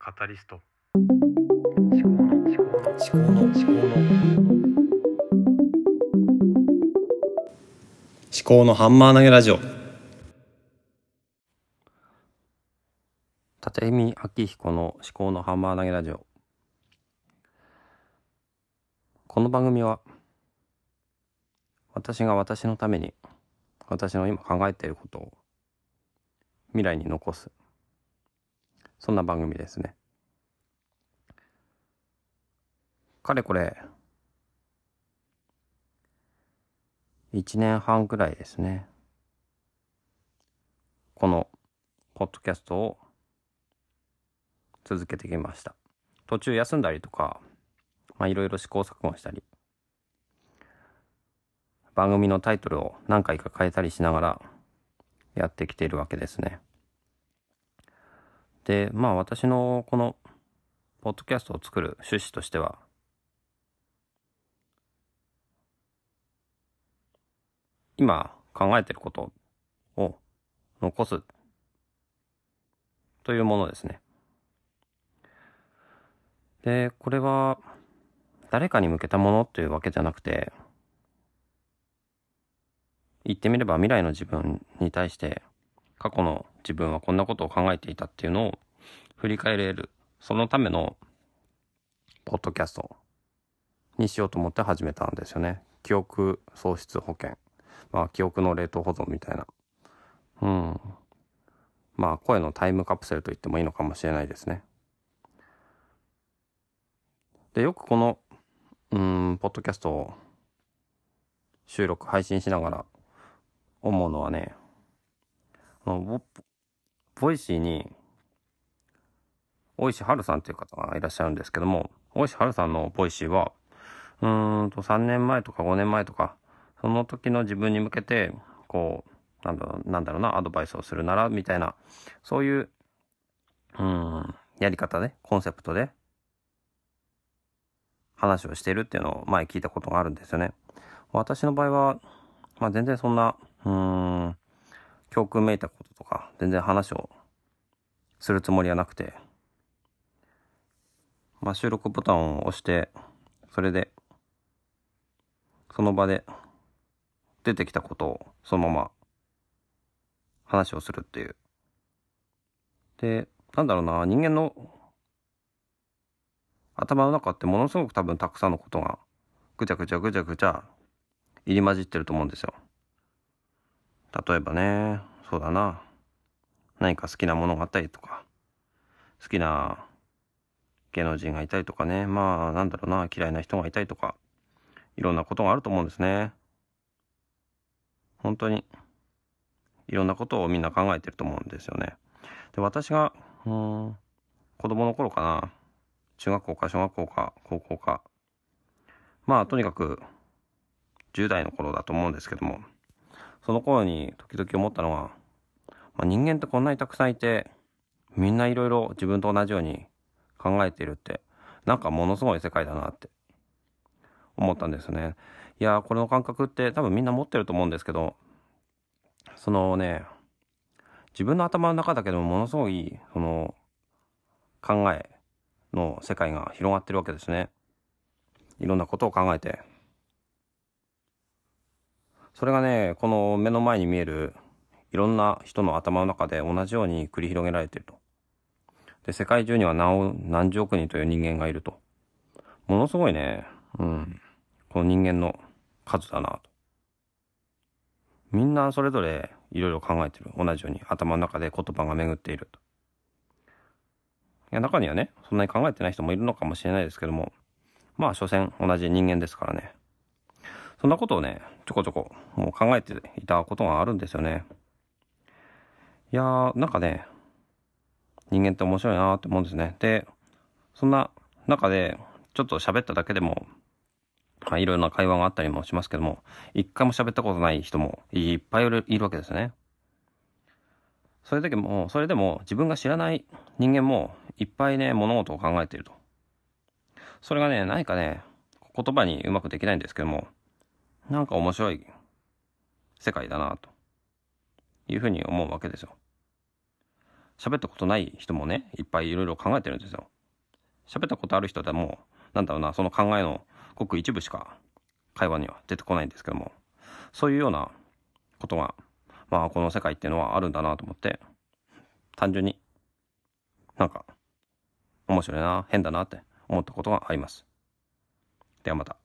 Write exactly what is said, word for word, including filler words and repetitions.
カタリスト思考の思考の思考の思考の思考のハンマー投げラジオ。 立見明彦の思考のハンマー投げラジオ。この番組は私が私のために私の今考えていることを未来に残す、そんな番組ですね。かれこれいちねんはんくらいですね、このポッドキャストを続けてきました。途中休んだりとか、まあいろいろ試行錯誤したり、番組のタイトルを何回か変えたりしながらやってきているわけですね。で、まあ私のこのポッドキャストを作る趣旨としては、今考えていることを残すというものですね。で、これは誰かに向けたものというわけじゃなくて、言ってみれば未来の自分に対して過去の自分はこんなことを考えていたっていうのを振り返れる、そのためのポッドキャストにしようと思って始めたんですよね。記憶喪失保険、まあ記憶の冷凍保存みたいな、うんまあ声のタイムカプセルと言ってもいいのかもしれないですね。で、よくこのうーんポッドキャストを収録配信しながら思うのはね、あのボボイシーに大石春さんという方がいらっしゃるんですけども、大石春さんのボイシーはうーんとさんねんまえとかごねんまえとか、その時の自分に向けてこうなんだろうなんだろうなアドバイスをするならみたいな、そういううーんやり方で、コンセプトで話をしているっていうのを前聞いたことがあるんですよね。私の場合は、まあ、全然そんなうーん教訓めいたこととか全然話をするつもりはなくて、まあ、収録ボタンを押して、それでその場で出てきたことをそのまま話をするっていう。で、なんだろうな、人間の頭の中ってものすごく多分たくさんのことがぐちゃぐちゃぐちゃぐちゃ入り混じってると思うんですよ。例えばね、そうだな、何か好きなものがあったりとか、好きな芸能人がいたりとかね、まあなんだろうな、嫌いな人がいたりとか、いろんなことがあると思うんですね。本当にいろんなことをみんな考えてると思うんですよね。で、私がうーん子供の頃かな、中学校か小学校か高校か、まあとにかくじゅう代の頃だと思うんですけども、その頃に時々思ったのは、まあ、人間ってこんなにたくさんいて、みんないろいろ自分と同じように考えているって、なんかものすごい世界だなって思ったんですよね。いやー、この感覚って多分みんな持ってると思うんですけど、そのね、自分の頭の中だけでもものすごいその考えの世界が広がってるわけですね。いろんなことを考えて、それがね、この目の前に見えるいろんな人の頭の中で同じように繰り広げられていると。で、世界中には何何十億人という人間がいると。ものすごいね、うん、この人間の数だなと。みんなそれぞれいろいろ考えてる。同じように頭の中で言葉が巡っていると。いや、中にはね、そんなに考えてない人もいるのかもしれないですけども、まあ所詮同じ人間ですからね。そんなことをね、ちょこちょこもう考えていたことがあるんですよね。いやー、なんかね、人間って面白いなーって思うんですね。で、そんな中でちょっと喋っただけでも、まあ、いろいろな会話があったりもしますけども、一回も喋ったことない人もいっぱいいる、いるわけですね。それだけも、それでも自分が知らない人間もいっぱいね、物事を考えていると。それがね、何かね、言葉にうまくできないんですけども、なんか面白い世界だなというふうに思うわけですよ。 喋ったことない人もね、いっぱいいろいろ考えてるんですよ。喋ったことある人でも、なんだろうな、その考えのごく一部しか会話には出てこないんですけども、そういうようなことが、まあこの世界っていうのはあるんだなと思って、単純になんか面白いな、変だなって思ったことがあります。ではまた。